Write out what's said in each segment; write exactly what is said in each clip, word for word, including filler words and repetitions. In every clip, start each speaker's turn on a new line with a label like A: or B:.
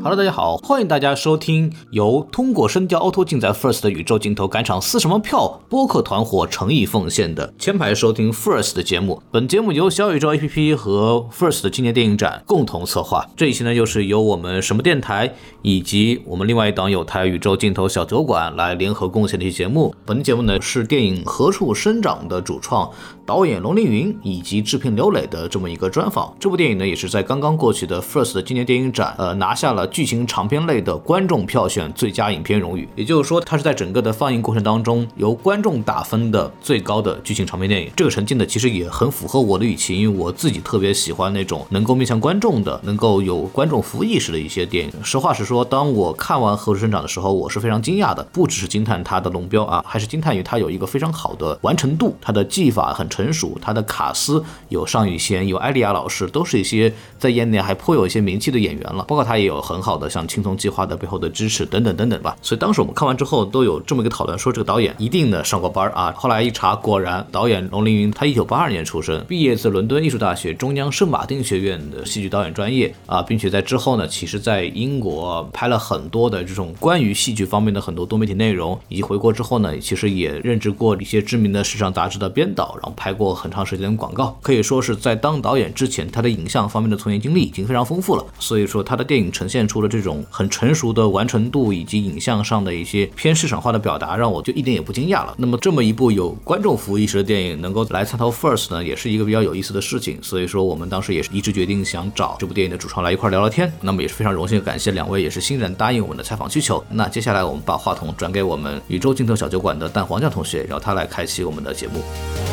A: Hello， 大家好，欢迎大家收听由通过声调 Auto 尽在 First 的宇宙镜头赶场撕什么票播客团伙诚意奉献的前排收听 First 的节目。本节目由小宇宙 A P P 和 First 的青年电影展共同策划。这一期呢，又是由我们什么电台以及我们另外一档有台宇宙镜头小酒馆来联合贡献的一期节目。本期节目呢是电影何处生长的主创导演龙凌云以及制片刘磊的这么一个专访。这部电影呢也是在刚刚过去的 First 的今年电影展呃拿下了剧情长片类的观众票选最佳影片荣誉，也就是说它是在整个的放映过程当中由观众打分的最高的剧情长片电影。这个成绩呢其实也很符合我的预期，因为我自己特别喜欢那种能够面向观众的能够有观众服务意识的一些电影。实话实说，当我看完何处生长的时候，我是非常惊讶的，不只是惊叹它的龙标啊，还是惊叹于它有一个非常好的完成度，它的技法很成熟，它的卡司有尚宇贤有艾丽亚老师，都是一些在业内还颇有一些名气的演员了，包括他也有很好的像青铜计划的背后的支持等等等等吧。所以当时我们看完之后都有这么一个讨论，说这个导演一定呢上过班啊。后来一查，果然导演龙凌云他一九八二年出生，毕业自伦敦艺术大学中央圣马丁学院的戏剧导演专业啊，并且在之后呢，其实在英国拍了很多的这种关于戏剧方面的很多多媒体内容，以及回国之后呢，其实也任职过一些知名的时尚杂志的编导，然后拍过很长时间的广告，可以说是在当导演之前，他的影像方面的从业经历已经非常丰富了。所以说他的电影呈现出了这种很成熟的完成度以及影像上的一些偏市场化的表达，让我就一点也不惊讶了。那么这么一部有观众服务意识的电影能够来参投 First 呢，也是一个比较有意思的事情。所以说我们当时也是一致决定想找这部电影的主创来一块聊聊天。那么也是非常荣幸感谢两位也是欣然答应我们的采访需求。那接下来我们把话筒转给我们宇宙镜头小酒馆的蛋黄酱同学，让他来开启我们的节目。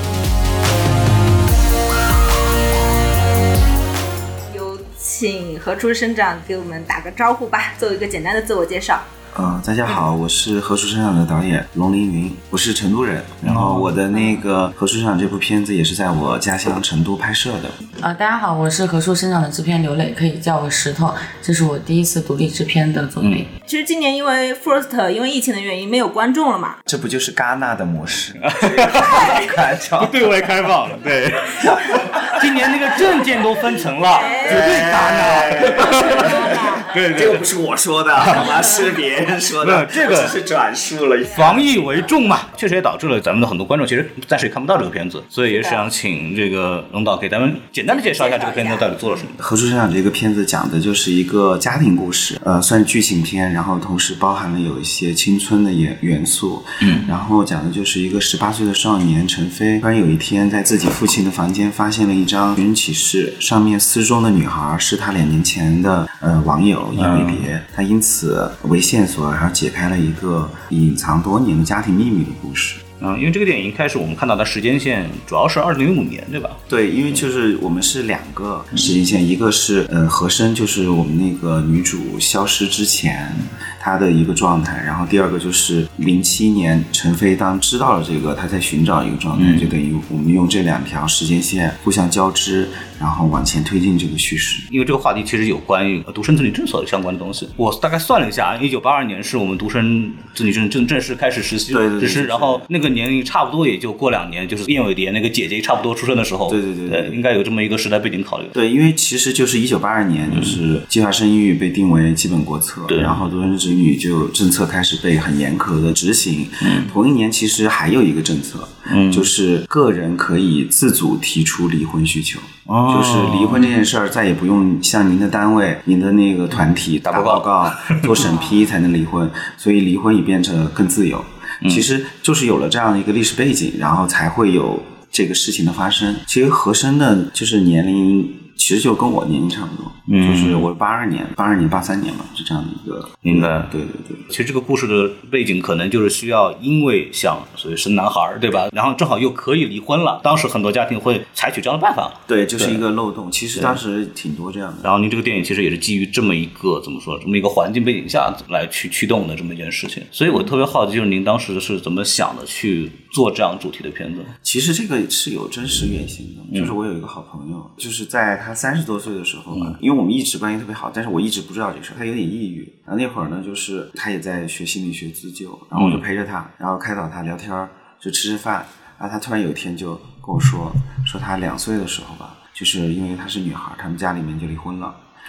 B: 请何处生长给我们打个招呼吧，做一个简单的自我介绍。
C: 呃，大家好，我是何处生长的导演龙凌云，我是成都人，然后我的那个何处生长这部片子也是在我家乡成都拍摄的。
D: 呃，大家好，我是何处生长的制片刘磊，可以叫我石头，这是我第一次独立制片的作品。
B: 嗯、其实今年因为 First 因为疫情的原因没有观众了嘛，
C: 这不就是戛纳的模式？
A: 不对外开放，对。今年那个证件都分层了，绝对戛纳。对，
C: 这个不是我说的，好吗？是别人说的，
A: 这个
C: 是转述了。
A: 防疫为重嘛，确实也导致了咱们的很多观众其实暂时也看不到这个片子，所以也是想请这个龙导给咱们简单的介绍一下这个片子到底做了什么。
C: 何处生长这个片子讲的就是一个家庭故事，呃，算剧情片，然后同时包含了有一些青春的元元素，嗯，然后讲的就是一个十八岁的少年陈飞，突然有一天在自己父亲的房间发现了一张寻人启事，上面失踪的女孩是他两年前的呃网友叶伟别，嗯、他因此为线索，然后解开了一个隐藏多年的家庭秘密的故事。
A: 嗯，因为这个电影一开始我们看到的时间线主要是二零零五年，对吧？
C: 对，因为就是我们是两个时间线，嗯、一个是呃和珅，就是我们那个女主消失之前她的一个状态，然后第二个就是零七年陈飞当知道了这个，他在寻找一个状态，嗯、就等于我们用这两条时间线互相交织，然后往前推进这个叙事。
A: 因为这个话题其实有关于独生子女政策相关的东西，我大概算了一下，一九八二年是我们独生子女政正正式开始实施实施，然后那个年龄差不多也就过两年，就是叶伟蝶那个姐姐差不多出生的时候，
C: 对对 对,
A: 对, 对，应该有这么一个时代背景考虑。
C: 对，因为其实就是一九八二年，就是计划生育被定为基本国策，对，然后独生子女就政策开始被很严苛的执行。嗯，同一年其实还有一个政策，嗯，就是个人可以自主提出离婚需求。哦，就是离婚这件事儿再也不用向您的单位、您的那个团体打报告、做审批才能离婚，所以离婚也变成更自由。其实就是有了这样的一个历史背景，然后才会有这个事情的发生。其实和珅的就是年龄其实就跟我年龄差不多，嗯，就是我八二年八二年八三年嘛，是这样的一个。
A: 明白。
C: 对对对。
A: 其实这个故事的背景可能就是需要，因为想所以生男孩，对吧？然后正好又可以离婚了，当时很多家庭会采取这样的办法。
C: 对，就是一个漏洞。其实当时挺多这样的。
A: 然后您这个电影其实也是基于这么一个怎么说，这么一个环境背景下来去驱动的这么一件事情。所以我特别好奇，就是您当时是怎么想的去做这样主题的片子？
C: 其实这个是有真实原型的，嗯、就是我有一个好朋友，就是在他三十多岁的时候吧，嗯、因为我们一直关系特别好，但是我一直不知道这事，他有点抑郁。然后那会儿呢，就是他也在学心理学自救，然后我就陪着他，然后开导他聊天，就吃吃饭。然后他突然有一天就跟我说，说他两岁的时候吧，就是因为她是女孩，他们家里面就离婚了。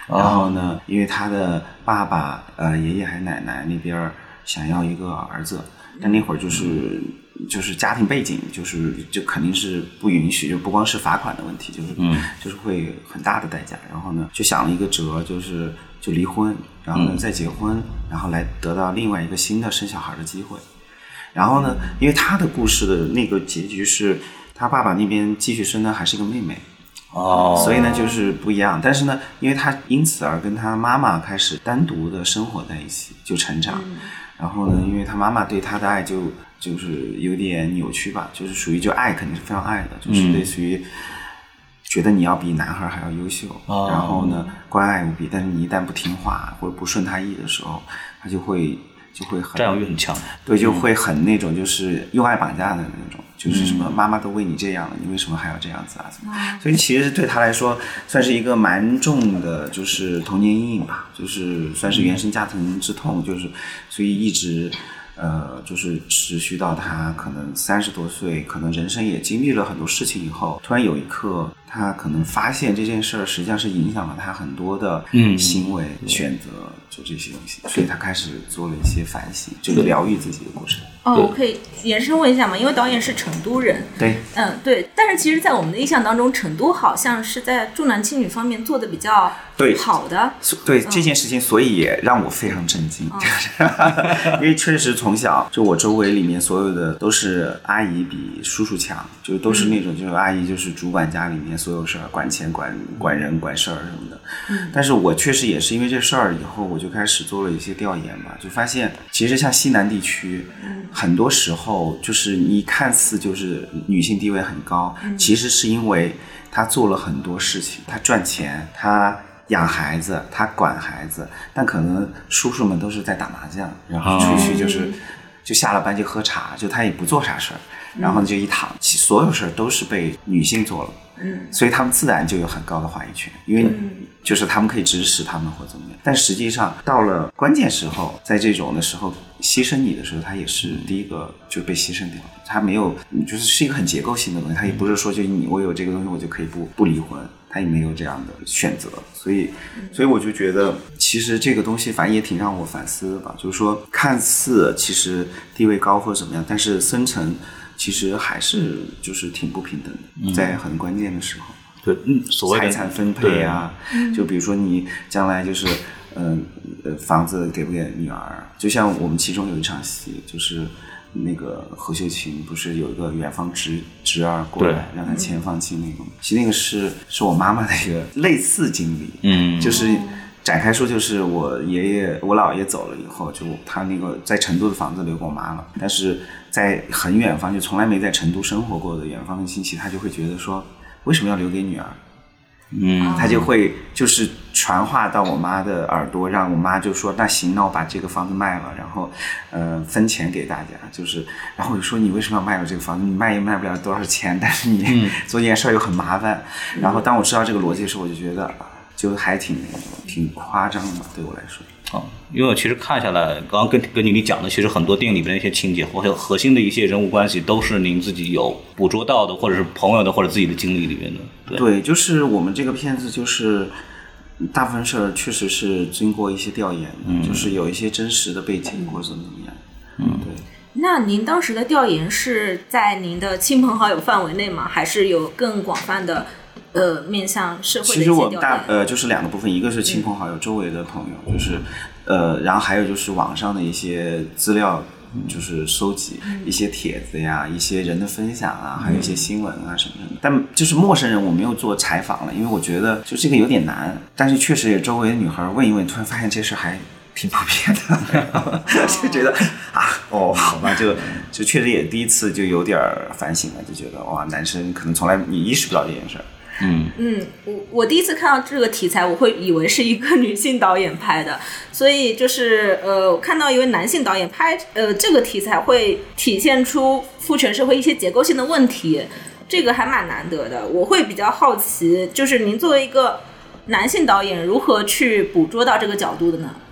C: 然后呢，因为他的爸爸、呃爷爷还奶奶那边想要一个儿子，但那会儿就是就是家庭背景就是就肯定是不允许，就不光是罚款的问题，就是、嗯、就是会很大的代价。然后呢，就想了一个辙，就是就离婚，然后呢再结婚，然后来得到另外一个新的生小孩的机会。然后呢，因为他的故事的那个结局是他爸爸那边继续生的还是一个妹妹。
A: 哦，
C: 所以呢就是不一样，但是呢，因为他因此而跟他妈妈开始单独的生活在一起，就成长。嗯、然后呢，因为他妈妈对他的爱就就是有点扭曲吧，就是属于就爱肯定是非常爱的，就是类似于觉得你要比男孩还要优秀，嗯、然后呢关爱无比，但是你一旦不听话或者不顺他意的时候，他就会就会很
A: 占有欲很强，
C: 对，就会很那种就是用爱绑架的那种。就是什么妈妈都为你这样了，你为什么还要这样子啊？所以其实对他来说算是一个蛮重的，就是童年阴影吧，就是算是原生家庭之痛，就是所以一直呃就是持续到他可能三十多岁，可能人生也经历了很多事情以后，突然有一刻他可能发现这件事儿实际上是影响了他很多的行为、嗯、选择，就这些东西，所以他开始做了一些反省，就疗愈自己的过程。
B: 哦，我可以延伸问一下吗？因为导演是成都人，
C: 对，
B: 嗯，对，但是其实，在我们的印象当中，成都好像是在重男轻女方面做的比较好的。
C: 对，对、嗯、这件事情，所以也让我非常震惊，嗯、因为确实从小就我周围里面所有的都是阿姨比叔叔强，就都是那种、嗯、就是阿姨就是主管家里面所有事儿，管钱、管管人、管事儿什么的。嗯，但是我确实也是因为这事儿以后，我就开始做了一些调研吧，就发现其实像西南地区。嗯很多时候就是你看似就是女性地位很高、嗯、其实是因为她做了很多事情，她赚钱，她养孩子，她管孩子，但可能叔叔们都是在打麻将，然后出去就是、嗯、就下了班就喝茶，就她也不做啥事儿，然后就一躺，其所有事儿都是被女性做了，嗯，所以他们自然就有很高的话语权，因为就是他们可以指使他们或怎么样，但实际上到了关键时候，在这种的时候牺牲你的时候，他也是第一个就被牺牲掉了，他没有就是是一个很结构性的东西，他也不是说就你我有这个东西我就可以不不离婚，他也没有这样的选择，所以所以我就觉得其实这个东西反正也挺让我反思的吧，就是说看似其实地位高或者怎么样，但是深层其实还是就是挺不平等的，在很关键的时候。
A: 对，嗯，所谓的
C: 财产分配啊，就比如说你将来就是，嗯、呃，房子给不给女儿？就像我们其中有一场戏，就是那个何秀琴不是有一个远方侄侄儿过来让他签放弃那个，其实那个是是我妈妈的一个类似经历，嗯，就是展开说，就是我爷爷我姥爷走了以后，就他那个在成都的房子留给我妈了，但是在很远方就从来没在成都生活过的远方的亲戚，他就会觉得说。为什么要留给女儿？嗯，他就会就是传话到我妈的耳朵，让我妈就说那行，那我把这个房子卖了，然后呃分钱给大家，就是然后我就说你为什么要卖了这个房子？你卖也卖不了多少钱，但是你、嗯、做这件事又很麻烦。然后当我知道这个逻辑的时候，我就觉得就还挺那种挺夸张的，对我来说。
A: 啊，因为我其实看下来，刚刚跟跟你讲的，其实很多电影里面的一些情节或者核心的一些人物关系，都是您自己有捕捉到的，或者是朋友的，或者自己的经历里面的。对，
C: 对，就是我们这个片子，就是大部分事儿确实是经过一些调研的、嗯，就是有一些真实的背景或者怎么样。嗯，对。
B: 那您当时的调研是在您的亲朋好友范围内吗？还是有更广泛的？呃，面向社会的一些调研。其实
C: 我大呃就是两个部分，一个是亲朋好友、嗯、周围的朋友，就是呃，然后还有就是网上的一些资料，就是收集、嗯、一些帖子呀，一些人的分享啊，嗯、还有一些新闻啊什么什么。但就是陌生人我没有做采访了，因为我觉得就这个有点难。但是确实也周围的女孩问一问，突然发现这事还挺普遍的，就觉得啊，哦，好吧，就就确实也第一次就有点反省了，就觉得哇，男生可能从来你意识不到这件事儿。
A: 嗯
B: 嗯，我我第一次看到这个题材，我会以为是一个女性导演拍的，所以就是呃，我看到一位男性导演拍呃这个题材，会体现出父权社会一些结构性的问题，这个还蛮难得的。我会比较好奇，就是您作为一个男性导演，如何去捕捉到这个角度的呢？
C: 第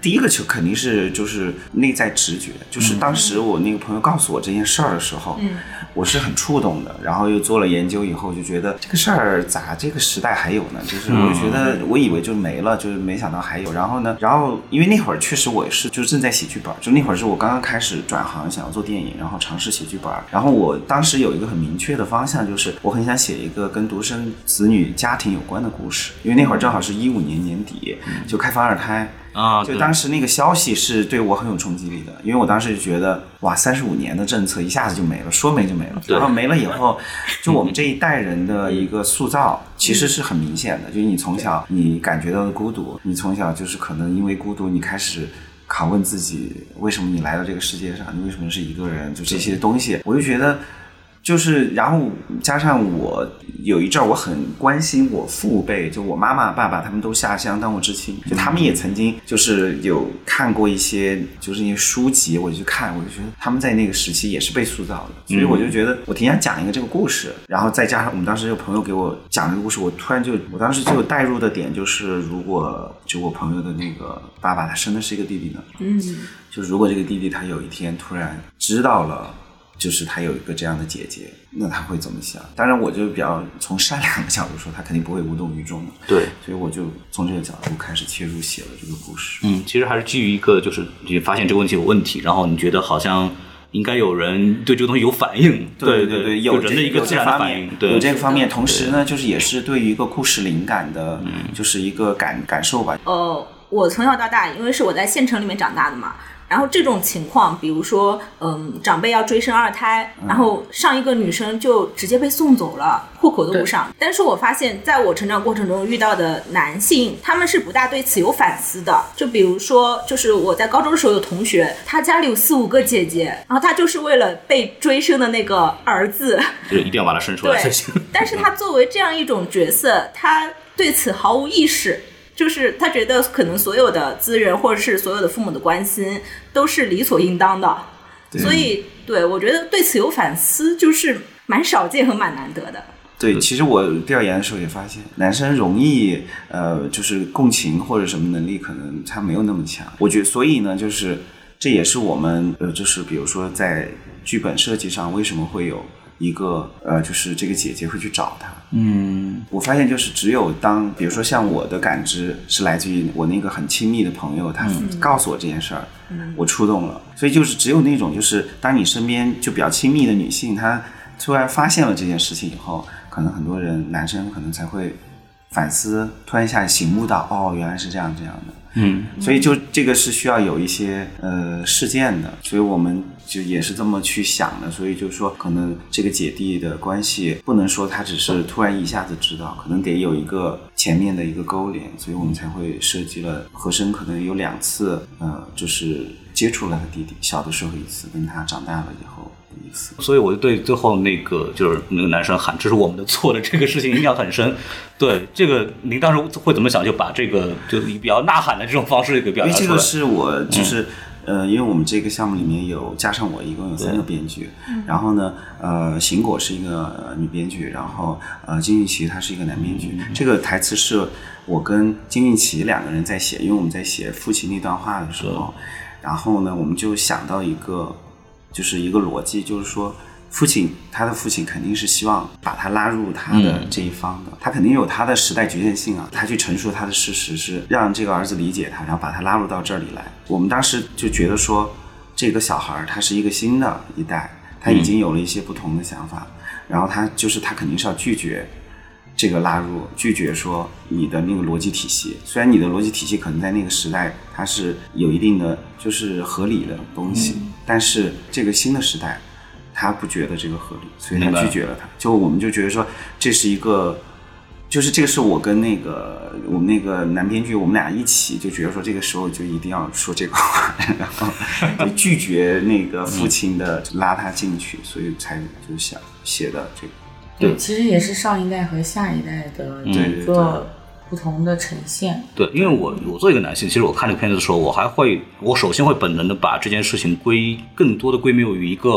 C: 第一个就肯定是就是内在直觉，就是当时我那个朋友告诉我这件事儿的时候，嗯，我是很触动的，然后又做了研究以后就觉得这个事儿咋这个时代还有呢？就是我觉得我以为就没了，就是没想到还有。然后呢，然后因为那会儿确实我也是就正在写剧本，就那会儿是我刚刚开始转行想要做电影，然后尝试写剧本。然后我当时有一个很明确的方向，就是我很想写一个跟独生子女家庭有关的故事，因为那会儿正好是一五年年底就开放二胎。
A: 啊，
C: 就当时那个消息是对我很有冲击力的，因为我当时就觉得哇，三十五年的政策一下子就没了，说没就没了，然后没了以后，就我们这一代人的一个塑造其实是很明显的，就是你从小你感觉到的孤独，你从小就是可能因为孤独，你开始拷问自己为什么你来到这个世界上，你为什么是一个人，就这些东西，我就觉得。就是，然后加上我有一阵儿，我很关心我父辈，就我妈妈、爸爸他们都下乡当过知青，就他们也曾经就是有看过一些就是一些书籍，我就去看，我就觉得他们在那个时期也是被塑造的，所以我就觉得我挺想讲一个这个故事，然后再加上我们当时有朋友给我讲这个故事，我突然就我当时就有带入的点就是，如果就我朋友的那个爸爸他生的是一个弟弟呢，嗯，就如果这个弟弟他有一天突然知道了。就是他有一个这样的姐姐，那他会怎么想？当然，我就比较从善良的角度说，他肯定不会无动于衷的。
A: 对，
C: 所以我就从这个角度开始切入写了这个故事。
A: 嗯，其实还是基于一个，就是你发现这个问题有问题，然后你觉得好像应该有人对这个东西有反应。
C: 对对对，有
A: 人的一个自然的反应，对，
C: 有这个方面。同时呢，就是也是对于一个故事灵感的，就是一个感感受吧。
B: 呃，我从小到大，因为是我在县城里面长大的嘛。然后这种情况，比如说，嗯，长辈要追生二胎，然后上一个女生就直接被送走了，户口都不上。但是我发现，在我成长过程中遇到的男性，他们是不大对此有反思的。就比如说，就是我在高中的时候有同学，他家里有四五个姐姐，然后他就是为了被追生的那个儿子，
A: 就一定要把他生出来才行。
B: 但是他作为这样一种角色，他对此毫无意识。就是他觉得可能所有的资源或者是所有的父母的关心都是理所应当的，所以对我觉得对此有反思就是蛮少见和蛮难得的。
C: 对，其实我调研的时候也发现，男生容易呃，就是共情或者什么能力可能他没有那么强。我觉得，所以呢，就是这也是我们呃，就是比如说在剧本设计上为什么会有一个呃，就是这个姐姐会去找他。嗯，我发现就是只有当比如说像我的感知是来自于我那个很亲密的朋友，他告诉我这件事儿，嗯，我触动了。所以就是只有那种就是当你身边就比较亲密的女性，她突然发现了这件事情以后，可能很多人男生可能才会反思，突然一下醒悟到哦，原来是这样这样的。嗯，所以就这个是需要有一些呃事件的，所以我们就也是这么去想的。所以就是说，可能这个姐弟的关系不能说他只是突然一下子知道，可能得有一个前面的一个勾连，所以我们才会设计了和珅可能有两次，呃，就是接触了他弟弟，小的时候一次，跟他长大了以后一次。
A: 所以我就对最后那个就是那个男生喊这是我们的错的这个事情印象很深。对，这个您当时会怎么想？就把这个就以比较呐喊的这种方式给表达出来。
C: 因为这个是我就是、嗯、呃，因为我们这个项目里面有加上我一共有三个编剧，然后呢，呃，邢果是一个、呃、女编剧，然后呃，金玉琪她是一个男编剧、嗯。这个台词是我跟金玉琪两个人在写，因为我们在写父亲那段话的时候，然后呢，我们就想到一个就是一个逻辑，就是说。父亲，他的父亲肯定是希望把他拉入他的这一方的，嗯、他肯定有他的时代局限性啊。他去陈述他的事实是让这个儿子理解他，然后把他拉入到这里来。我们当时就觉得说，这个小孩他是一个新的一代，他已经有了一些不同的想法，嗯、然后他就是他肯定是要拒绝这个拉入，拒绝说你的那个逻辑体系。虽然你的逻辑体系可能在那个时代它是有一定的就是合理的东西，嗯、但是这个新的时代。他不觉得这个合理，所以他拒绝了他。就我们就觉得说，这是一个，就是这个是我跟那个我们那个男编剧，我们俩一起就觉得说，这个时候就一定要说这个话，然后就拒绝那个父亲的拉他进去，所以才就想写的这个。
D: 对，其实也是上一代和下一代的一个不同的呈现。
A: 对，因为我我作为一个男性，其实我看这个片子的时候，我还会，我首先会本能的把这件事情归更多的归咎于一个。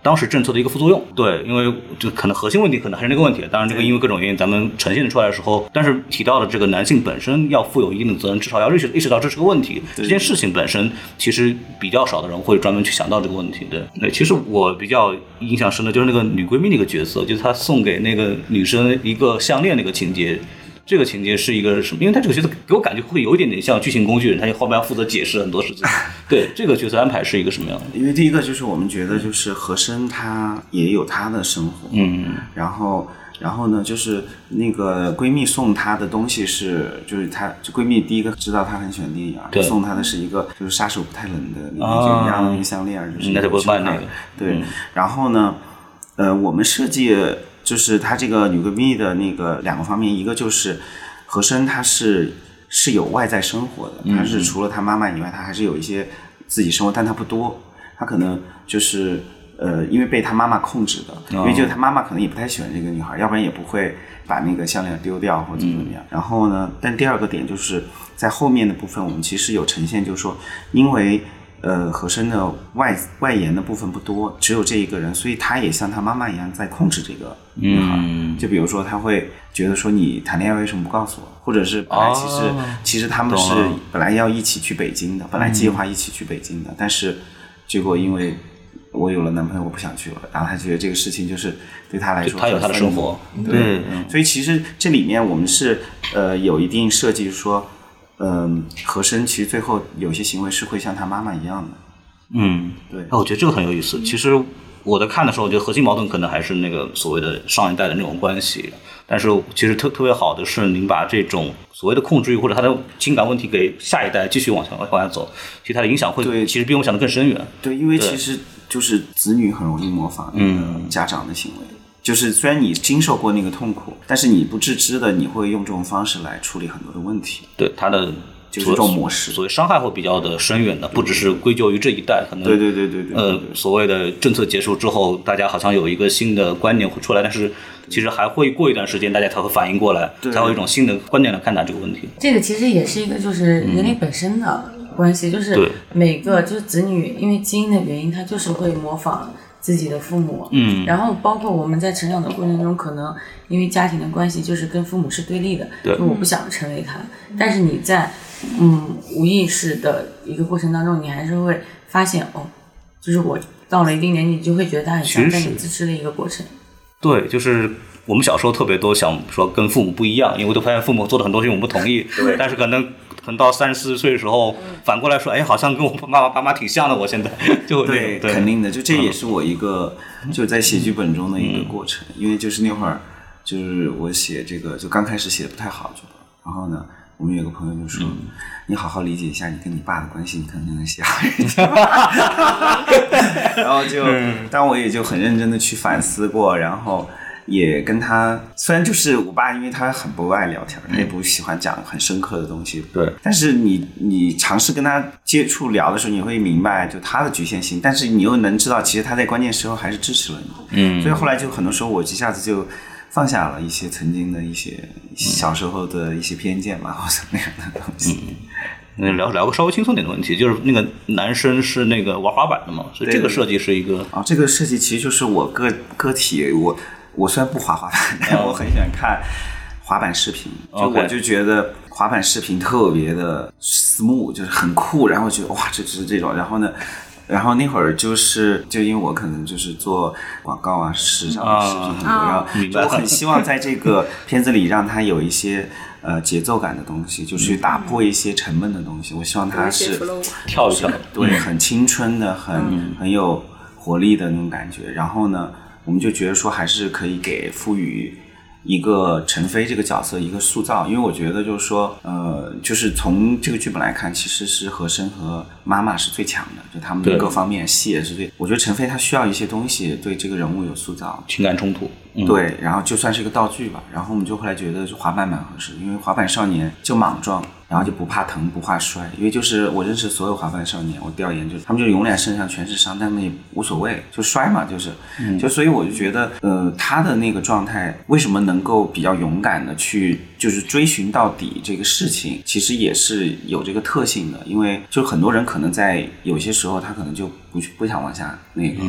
A: 当时政策的一个副作用。对，因为就可能核心问题可能还是那个问题，当然这个因为各种原因咱们呈现出来的时候，但是提到的这个男性本身要负有一定的责任，至少要意识意识到这是个问题，这件事情本身其实比较少的人会专门去想到这个问题。对，对，其实我比较印象深的就是那个女闺蜜那个角色，就是她送给那个女生一个项链那个情节。这个情节是一个什么？因为他这个角色给我感觉会有一点点像剧情工具人，他后面要负责解释很多事情。对，这个角色安排是一个什么样的？
C: 因为第一个就是我们觉得就是和珅他也有他的生活，
A: 嗯，
C: 然后然后呢，就是那个闺蜜送她的东西是，就是她就闺蜜第一个知道她很喜欢电影，送她的是一个就是杀手不太冷的那个就一样的那个项链，就是
A: 那不办那个
C: 对、嗯，然后呢，呃，我们设计。就是她这个女闺蜜的那个两个方面，一个就是和珅她是是有外在生活的，她是除了她妈妈以外，她还是有一些自己生活，但她不多，她可能就是呃，因为被她妈妈控制的，因为就她妈妈可能也不太喜欢这个女孩，要不然也不会把那个项链丢掉或者怎么样。嗯、然后呢，但第二个点就是在后面的部分，我们其实有呈现，就是说，因为。呃，和珅的外外延的部分不多，只有这一个人，所以他也像他妈妈一样在控制这个女孩。嗯、就比如说，他会觉得说你谈恋爱为什么不告诉我，或者是本来其实、哦、其实他们是本来要一起去北京的，本来计划一起去北京的，嗯、但是结果因为我有了男朋友，我不想去了，然后他觉得这个事情就是对他来说，
A: 他有他的生活，
C: 对，嗯、所以其实这里面我们是呃有一定设计说。嗯，和珅其实最后有些行为是会像他妈妈一样的。
A: 嗯，
C: 对。
A: 哦，我觉得这个很有意思。其实我在看的时候，我觉得核心矛盾可能还是那个所谓的上一代的那种关系。但是其实特特别好的是，您把这种所谓的控制欲或者他的情感问题给下一代继续往下往下走，其实它的影响会
C: 对，
A: 其实比我们想的更深远。
C: 对，因为其实就是子女很容易模仿嗯家长的行为。嗯就是虽然你经受过那个痛苦，但是你不自知的，你会用这种方式来处理很多的问题。
A: 对，他的
C: 就是这种模式，
A: 所谓伤害会比较的深远的，不只是归咎于这一代，可能
C: 对对对对对，
A: 呃，所谓的政策结束之后，大家好像有一个新的观念会出来，但是其实还会过一段时间，大家才会反应过来，才会有一种新的观念来看待这个问题。
D: 这个其实也是一个就是人类本身的关系，嗯、就是每个就是子女，因为基因的原因，他就是会模仿。自己的父母，
A: 嗯，
D: 然后包括我们在成长的过程中，可能因为家庭的关系，就是跟父母是对立的，
A: 对，
D: 就我不想成为他，但是你在嗯无意识的一个过程当中，你还是会发现哦，就是我到了一定年纪，你就会觉得他很像在你自吃的一个过程。
A: 对，就是我们小时候特别多想说跟父母不一样，因为都发现父母做的很多事情我们不同意，对，但是可能。可能到三十四岁的时候，反过来说，哎，好像跟我爸爸爸妈挺像的。我现在就
C: 对，
A: 对
C: 肯定的，就这也是我一个、嗯、就在写剧本中的一个过程。嗯、因为就是那会儿，就是我写这个，就刚开始写的不太好剧本，然后呢，我们有个朋友就说：“嗯、你好好理解一下你跟你爸的关系，你可能就能写好一点。”然后就，但我也就很认真的去反思过，然后。也跟他，虽然就是我爸，因为他很不爱聊天，他也不喜欢讲很深刻的东西。
A: 对，
C: 但是你你尝试跟他接触聊的时候，你会明白就他的局限性，但是你又能知道，其实他在关键时候还是支持了你。
A: 嗯，
C: 所以后来就很多时候，我一下子就放下了一些曾经的一些小时候的一些偏见嘛，或者那样的东西。
A: 嗯嗯，聊聊个稍微轻松点的问题，就是那个男生是那个玩滑板的嘛，所以这个设计是一个
C: 啊、哦，这个设计其实就是我个个体我。我虽然不滑滑板，但我很喜欢看滑板视频。就我就觉得滑板视频特别的 smooth， 就是很酷，然后觉得哇，这就是这种。然后呢，然后那会儿就是就因为我可能就是做广告啊、时尚的视频很多，然后就我很希望在这个片子里让它有一些呃节奏感的东西，就去打破一些沉闷的东西。我希望它是
A: 跳一跳，
C: 对，很青春的，很、嗯、很有活力的那种感觉。然后呢？我们就觉得说还是可以给赋予一个陈飞这个角色一个塑造，因为我觉得就是说呃，就是从这个剧本来看，其实是和珅和妈妈是最强的，就他们的各方面戏也是最，我觉得陈飞他需要一些东西对这个人物有塑造，
A: 情感冲突、
C: 嗯、对，然后就算是一个道具吧，然后我们就后来觉得滑板蛮合适，因为滑板少年就莽撞，然后就不怕疼不怕摔，因为就是我认识所有滑板少年，我调研就是他们就永远身上全是伤，但他们也无所谓，就摔嘛，就是、嗯、就所以我就觉得呃他的那个状态为什么能够比较勇敢的去就是追寻到底这个事情，其实也是有这个特性的，因为就很多人可能在有些时候他可能就不不想往下那个、嗯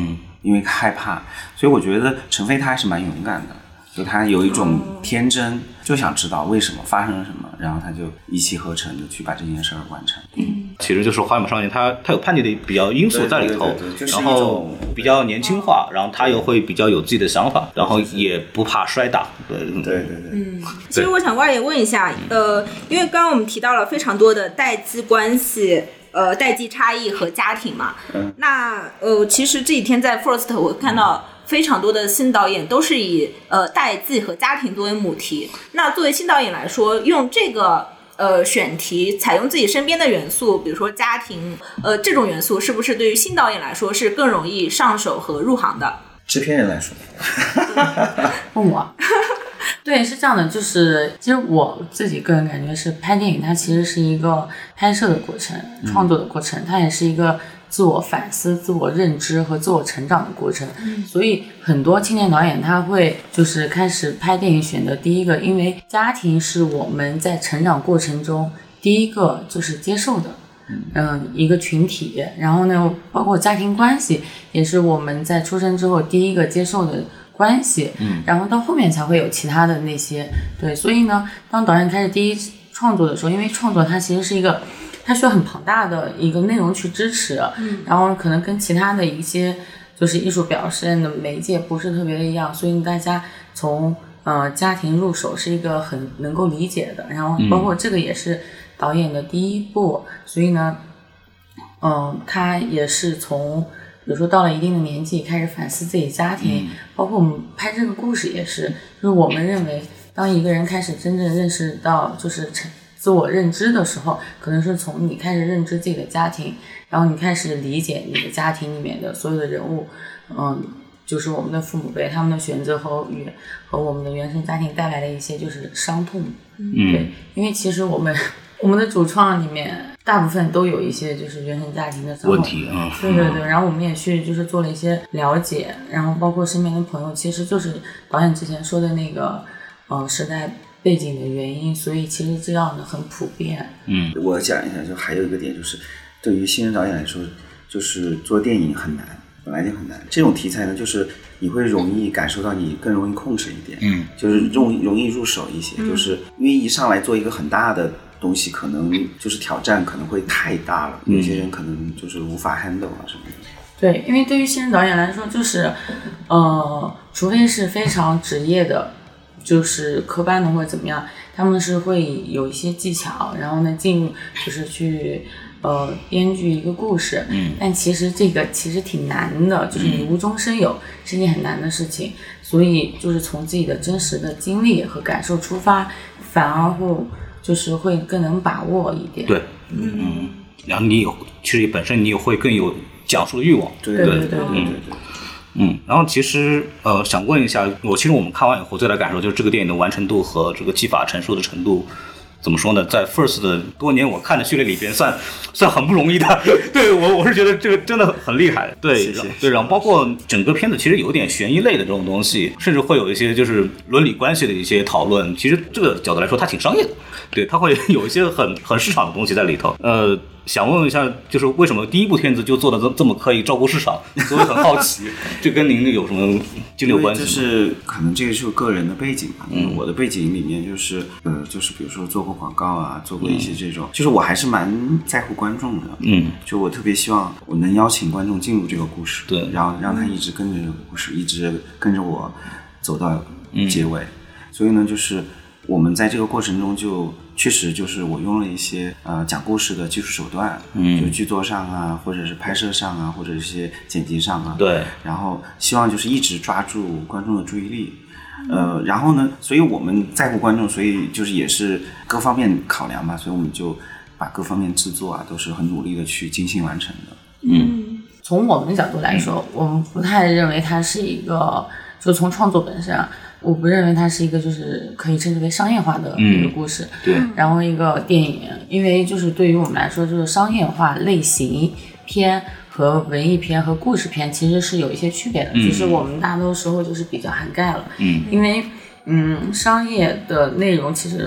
C: 因为害怕，所以我觉得陈飞他还是蛮勇敢的，就他有一种天真，就想知道为什么发生了什么，然后他就一气呵成的去把这件事儿完成。
A: 嗯，其实就是花木少年他他有叛逆的比较因素在里头，
C: 对对对对就是、
A: 然后比较年轻化，然后他又会比较有自己的想法，然后也不怕摔打。对
C: 对对对。
B: 嗯，其实我想挖也问一下，呃，因为刚刚我们提到了非常多的代际关系。呃，代际差异和家庭嘛，嗯、那呃，其实这几天在 First 我看到非常多的新导演都是以呃代际和家庭作为母题。那作为新导演来说，用这个呃选题，采用自己身边的元素，比如说家庭，呃这种元素，是不是对于新导演来说是更容易上手和入行的？
C: 制片人来说，
D: 问我。对，是这样的，就是其实我自己个人感觉是拍电影它其实是一个拍摄的过程，创作的过程，它也是一个自我反思、自我认知和自我成长的过程。所以很多青年导演他会就是开始拍电影选择第一个，因为家庭是我们在成长过程中第一个就是接受的嗯，一个群体，然后呢包括家庭关系也是我们在出生之后第一个接受的关系，嗯，然后到后面才会有其他的那些，对，所以呢，当导演开始第一创作的时候，因为创作它其实是一个，它需要很庞大的一个内容去支持，嗯，然后可能跟其他的一些就是艺术表现的媒介不是特别的一样，所以大家从呃家庭入手是一个很能够理解的，然后包括这个也是导演的第一步，所以呢，嗯、呃，他也是从。比如说到了一定的年纪开始反思自己家庭、嗯、包括我们拍这个故事也是，就是我们认为当一个人开始真正认识到就是自我认知的时候，可能是从你开始认知自己的家庭，然后你开始理解你的家庭里面的所有的人物，嗯，就是我们的父母辈他们的选择和与和我们的原生家庭带来的一些就是伤痛，嗯，对，因为其实我们我们的主创里面大部分都有一些就是原生家庭的问题，嗯，对对对，然后我们也去就是做了一些了解，然后包括身边的朋友，其实就是导演之前说的那个呃时代背景的原因，所以其实这样的很普遍。嗯，
C: 我讲一下，就还有一个点就是，对于新人导演来说，就是做电影很难，本来就很难。这种题材呢，就是你会容易感受到你更容易控制一点，嗯，就是容易容易入手一些，嗯、就是因为一上来做一个很大的东西，可能就是挑战可能会太大了，嗯、有些人可能就是无法 handle 啊什么的。
D: 对，因为对于新人导演来说，就是呃，除非是非常职业的，就是科班的或者怎么样，他们是会有一些技巧，然后呢进入就是去呃编剧一个故事，嗯，但其实这个其实挺难的，就是你无中生有、嗯、是件很难的事情，所以就是从自己的真实的经历和感受出发，反而会就是会更能把握一点。
A: 对，嗯嗯，然后你有其实本身你也会更有讲述的欲望。
C: 对对对对对对。
A: 嗯嗯，然后其实呃，想问一下，我其实我们看完以后最大的感受就是这个电影的完成度和这个技法陈述的程度，怎么说呢？在 First 的多年我看的序列里边算算很不容易的。对我我是觉得这个真的很厉害。对，
C: 谢谢
A: 对，然后包括整个片子其实有点悬疑类的这种东西，甚至会有一些就是伦理关系的一些讨论。其实这个角度来说，它挺商业的，对，它会有一些很很市场的东西在里头。呃。想问一下，就是为什么第一部片子就做的这么刻意照顾市场？所以很好奇，这跟您有什么经历有关系吗？
C: 就是可能这个是个人的背景吧。嗯，我的背景里面就是呃，就是比如说做过广告啊，做过一些这种，嗯、就是我还是蛮在乎观众的。嗯，就我特别希望我能邀请观众进入这个故事，对，然后让他一直跟着这个故事，一直跟着我走到结尾。嗯、所以呢，就是我们在这个过程中就。确实就是我用了一些呃讲故事的技术手段，嗯，就剧作上啊，或者是拍摄上啊，或者一些剪辑上啊，
A: 对，
C: 然后希望就是一直抓住观众的注意力，呃，然后呢，所以我们在乎观众，所以就是也是各方面考量吧，所以我们就把各方面制作啊都是很努力的去精心完成的。
D: 嗯，从我们的角度来说，我们不太认为它是一个，就从创作本身啊。我不认为它是一个就是可以称之为商业化的一个故事，
A: 嗯、对。
D: 然后一个电影，因为就是对于我们来说，就是商业化类型片和文艺片和故事片其实是有一些区别的，嗯、就是我们大多时候就是比较涵盖了，嗯，因为嗯商业的内容其实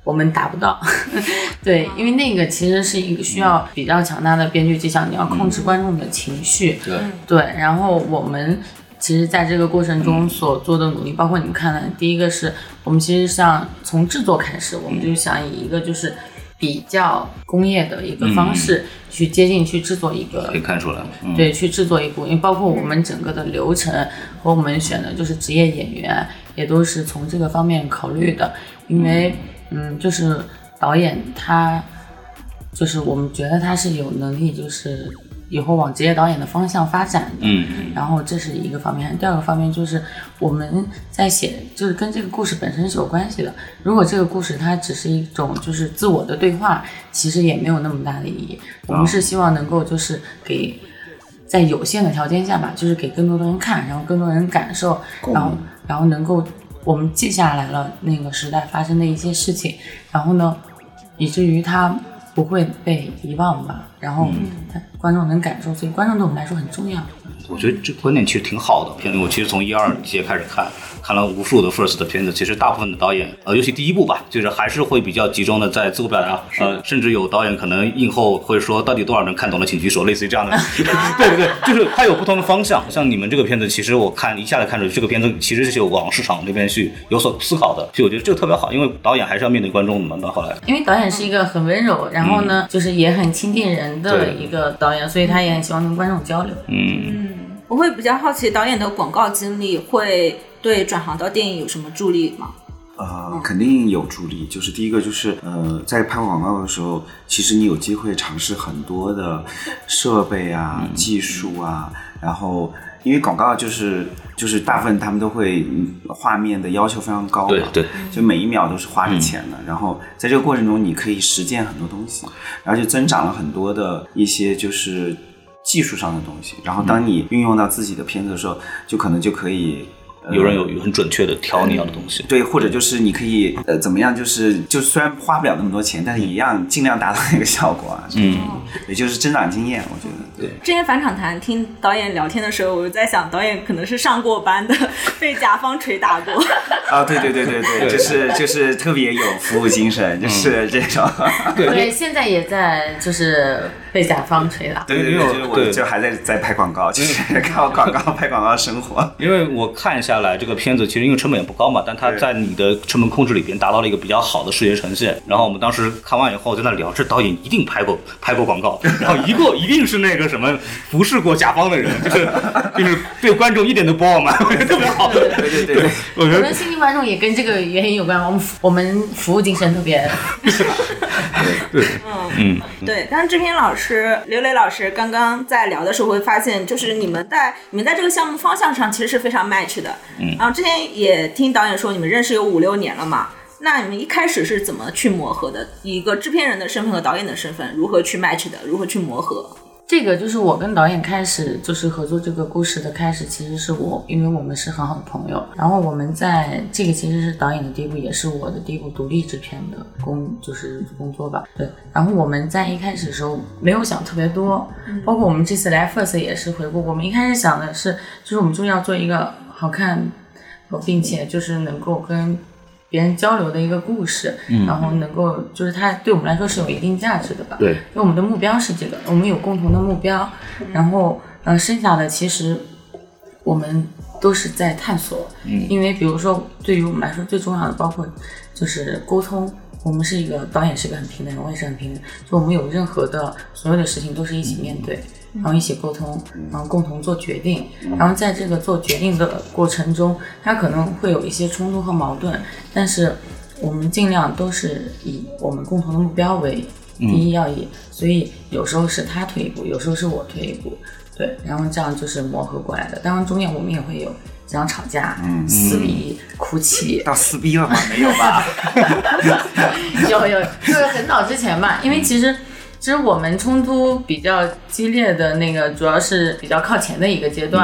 D: 我们达不到。对，因为那个其实是一个需要比较强大的编剧技巧，你要控制观众的情绪。
A: 对
D: 对，然后我们其实在这个过程中所做的努力，包括你们看的，第一个是我们其实像从制作开始，我们就想以一个就是比较工业的一个方式去接近去制作一个，
A: 可以看出来，嗯、
D: 对，去制作一部，因为包括我们整个的流程和我们选的就是职业演员，也都是从这个方面考虑的。因为嗯，就是导演他就是我们觉得他是有能力，就是以后往职业导演的方向发展的，
A: 嗯，
D: 然后这是一个方面。第二个方面就是我们在写，就是跟这个故事本身是有关系的。如果这个故事它只是一种就是自我的对话，其实也没有那么大的意义。我们是希望能够就是给在有限的条件下吧，就是给更多的人看，然后更多人感受，然后然后能够我们记下来了那个时代发生的一些事情，然后呢，以至于它不会被遗忘吧，然后观众能感受，所以观众对我们来说很重要。
A: 我觉得这观点其实挺好的，因为我其实从一二届开始看，看了无数的 First 的片子，其实大部分的导演，呃，尤其第一部吧，就是还是会比较集中的在自我表达，呃，甚至有导演可能映后会说，到底多少人看懂了，请举手，类似于这样的，对对对，就是它有不同的方向。像你们这个片子，其实我看一下子看出这个片子其实是有往市场那边去有所思考的，所以我觉得这个特别好，因为导演还是要面对观众的嘛。到后来，
D: 因为导演是一个很温柔，然后呢，嗯、就是也很亲近人的一个导演，所以他也很希望跟观众交流。
A: 嗯。
B: 我会比较好奇，导演的广告经历会对转行到电影有什么助力吗？
C: 呃，肯定有助力。就是第一个就是呃，在拍广告的时候，其实你有机会尝试很多的设备啊、嗯、技术啊，然后因为广告就是就是大部分他们都会画面的要求非常高嘛，
A: 对对，
C: 就每一秒都是花着钱的、嗯。然后在这个过程中，你可以实践很多东西，然后就增长了很多的一些就是技术上的东西，然后当你运用到自己的片子的时候，就可能就可以、呃、
A: 有人有很准确的挑你要的东西，
C: 对，或者就是你可以呃怎么样，就是就虽然花不了那么多钱，但是一样尽量达到那个效果啊，嗯，也就是增长经验，我觉得。对，
B: 之前返场谈听导演聊天的时候，我就在想，导演可能是上过班的，被甲方捶打过。
C: 啊，对对对对对，就是就是特别有服务精神，就是这种。
D: 对, 对，现在也在就是被甲方捶打。
C: 对对对，就是我就还在在拍广告，就是靠广告拍广告生活。
A: 因为我看下来这个片子，其实因为成本也不高嘛，但它在你的成本控制里边达到了一个比较好的视觉呈现。然后我们当时看完以后在那聊，这导演一定拍过拍过广告，然后一个一定是那个什么服侍过甲方的人，就是就是对观众一点都不傲慢，我觉得特别好。
C: 对对对对，
D: 我觉得可能新进观众也跟这个原因有关，我们我们服务精神特别。
A: 对，
B: 嗯嗯，对。但是制片老师刘磊老师刚刚在聊的时候会发现，就是你们在你们在这个项目方向上其实是非常 match 的。嗯，然后之前也听导演说你们认识有五六年了嘛，那你们一开始是怎么去磨合的？以一个制片人的身份和导演的身份，如何去 match 的？如何去磨合？
D: 这个就是我跟导演开始就是合作这个故事的开始，其实是我，因为我们是很好的朋友，然后我们在这个其实是导演的第一部，也是我的第一部独立制片的工就是工作吧。对，然后我们在一开始的时候没有想特别多，包括我们这次来 First 也是回顾，我们一开始想的是，就是我们就要做一个好看，并且就是能够跟别人交流的一个故事、嗯、然后能够就是它对我们来说是有一定价值的吧。
A: 对，
D: 因为我们的目标是这个，我们有共同的目标，然后呃剩下的其实我们都是在探索、嗯、因为比如说对于我们来说最重要的包括就是沟通，我们是一个导演是一个很平等人，我也是很平等，就我们有任何的所有的事情都是一起面对、嗯、然后一起沟通，然后共同做决定，然后在这个做决定的过程中它可能会有一些冲突和矛盾，但是我们尽量都是以我们共同的目标为第一要义、嗯、所以有时候是他退一步，有时候是我退一步，对，然后这样就是磨合过来的。当然中间我们也会有这样吵架、嗯、撕逼、哭泣。
C: 到撕逼了吗？没有吧？
D: 有有，就是很早之前吧，因为其实其实我们冲突比较激烈的那个主要是比较靠前的一个阶段、嗯、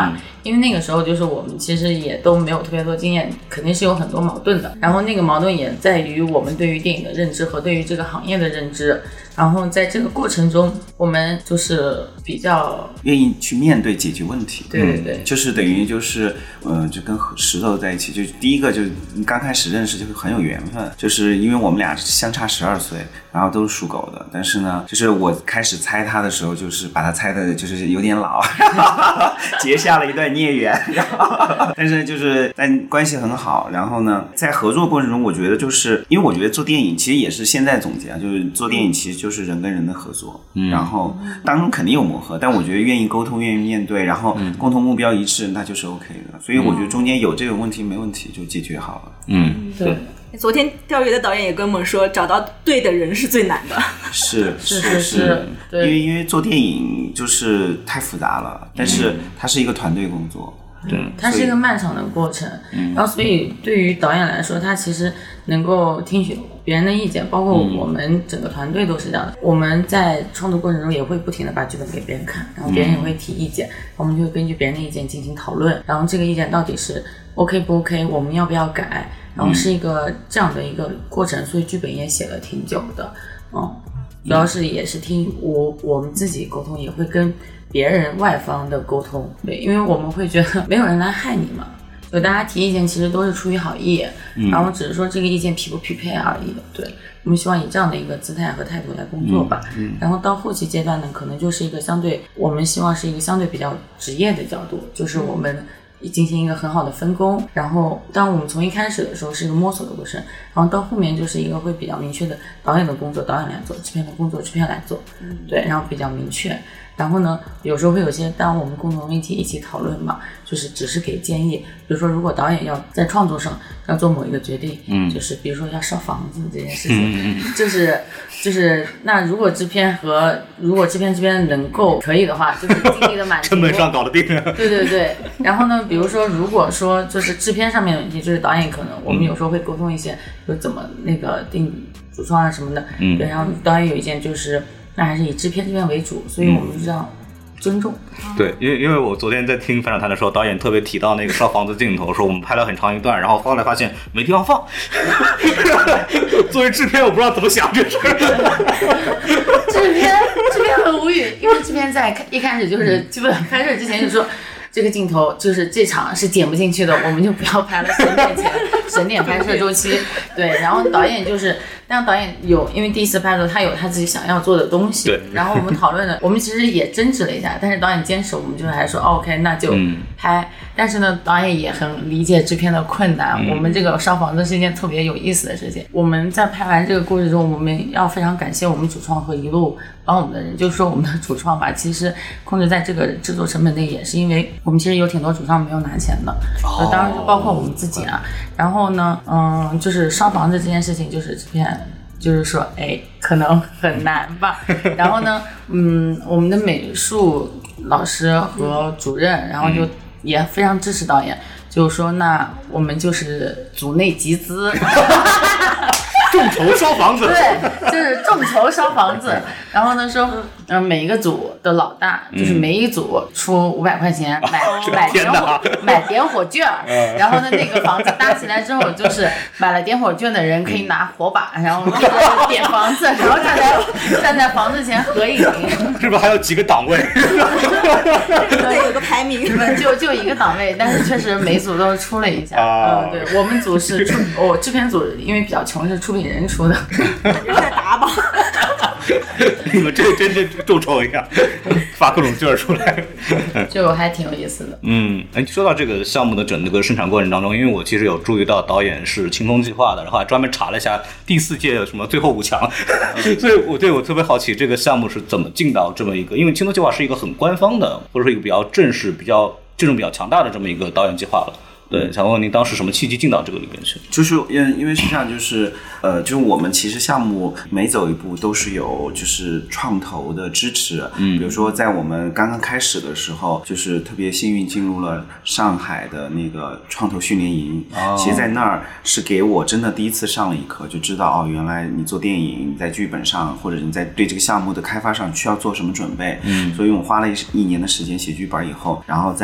D: 因为那个时候就是我们其实也都没有特别多经验，肯定是有很多矛盾的。然后那个矛盾也在于我们对于电影的认知和对于这个行业的认知。然后在这个过程中，我们就是比较
C: 愿意去面对解决问题。
D: 对对对，
C: 嗯、就是等于就是呃，就跟石头在一起，就第一个就是刚开始认识就很有缘分，就是因为我们俩相差十二岁，然后都是属狗的，但是呢，就是我开始猜他的时候，就是把他猜的就是有点老，结下了一段孽缘，但是就是但关系很好。然后呢，在合作过程中，我觉得就是因为我觉得做电影其实也是现在总结啊，就是做电影其实就是人跟人的合作，嗯、然后当中肯定有磨合，但我觉得愿意沟通，愿意面对，然后共同目标一致，那就是 OK 的。所以我觉得中间有这个问题没问题，就解决好了。
A: 嗯，对。
B: 昨天钓鱼的导演也跟我们说，找到对的人是最难的。
C: 是
D: 是是是，
C: 因为因为做电影就是太复杂了，但是它是一个团队工作。
D: 对，它是一个漫长的过程，然后所以对于导演来说，他其实能够听取别人的意见，包括我们整个团队都是这样的。我们在创作过程中也会不停的把剧本给别人看，然后别人也会提意见，我们就会根据别人的意见进行讨论，然后这个意见到底是 OK 不 OK， 我们要不要改，然后是一个这样的一个过程，所以剧本也写了挺久的，嗯，主要是也是听我我们自己沟通，也会跟别人外方的沟通，对，因为我们会觉得没有人来害你嘛，就大家提意见其实都是出于好意，嗯、然后只是说这个意见匹不匹配而已。对，我们希望以这样的一个姿态和态度来工作吧。嗯嗯、然后到后期阶段呢，可能就是一个相对，我们希望是一个相对比较职业的角度，就是我们进行一个很好的分工。然后当我们从一开始的时候是一个摸索的过程，然后到后面就是一个会比较明确的导演的工作导演来做，制片的工作制片来做，嗯、对，然后比较明确。然后呢，有时候会有些，当我们共同一起一起讨论嘛，就是只是给建议。比如说，如果导演要在创作上要做某一个决定，嗯，就是比如说要烧房子这件事情，嗯、就是就是那如果制片和如果制片这边能够可以的话，就是尽力的满足
A: 成本上搞得定。
D: 对对对。然后呢，比如说如果说就是制片上面的问题，就是导演可能我们有时候会沟通一些，就怎么那个定主创啊什么的，嗯，对，然后导演有意见就是。那还是以制片这边为主，所以我们就这样尊重。
A: 嗯、对，因为因为我昨天在听反转谈的时候，导演特别提到那个烧房子镜头，说我们拍了很长一段，然后后来发现没地方放。作为制片，我不知道怎么想这事。
D: 制片制片很无语，因为制片在一开始就是基本拍摄之前就说。这个镜头就是这场是剪不进去的，我们就不要拍了，省点钱，省点拍摄周期。对，然后导演就是，但导演有，因为第一次拍摄他有他自己想要做的东西，
A: 对。
D: 然后我们讨论了，我们其实也争执了一下，但是导演坚持，我们就还说、哦、OK， 那就拍。嗯、但是呢，导演也很理解制片的困难。嗯、我们这个烧房子是一件特别有意思的事情。我们在拍完这个故事中，我们要非常感谢我们主创和一路帮我们的人，就是说我们的主创吧，其实控制在这个制作成本内，也是因为我们其实有挺多主创没有拿钱的，哦、当然就包括我们自己啊。然后呢，嗯，就是烧房子这件事情，就是制片就是说，哎，可能很难吧。然后呢，嗯，我们的美术老师和主任，然后就也非常支持导演，就是说，那我们就是组内集资。
A: 众筹烧房子，
D: 对，就是众筹烧房子。然后呢说，嗯、呃，每一个组的老大，就是每一组出五百块钱买、嗯、买点火买点火券，然后呢那个房子搭起来之后，就是买了点火券的人可以拿火把，然后点房子，然后站在站在房子前合影。
A: 是不是还有几个档位？
B: 对，有个排名，
D: 就就一个档位，但是确实每组都出了一下。
A: 啊、
D: 嗯，对，我们组是出，我、哦、制片组因为比较穷，是出品人出的，
B: 人在打榜。
A: 你们这个真是众筹一下，发各种券出来，
D: 就还挺有意思的。
A: 嗯，哎，说到这个项目的整个生产过程当中，因为我其实有注意到导演是清风计划的，然后还专门查了一下第四届什么最后五强，所以我对我特别好奇这个项目是怎么进到这么一个，因为清风计划是一个很官方的，或者说一个比较正式、比较阵容比较强大的这么一个导演计划了。对，想问问您当时什么契机进到这个里面去？
C: 就是因因为是这样，就是呃，就是我们其实项目每走一步都是有就是创投的支持，嗯，比如说在我们刚刚开始的时候，就是特别幸运进入了上海的那个创投训练营，哦、其实在那儿是给我真的第一次上了一课，就知道哦，原来你做电影，你在剧本上或者你在对这个项目的开发上需要做什么准备，嗯，所以我花了一一年的时间写剧本以后，然后在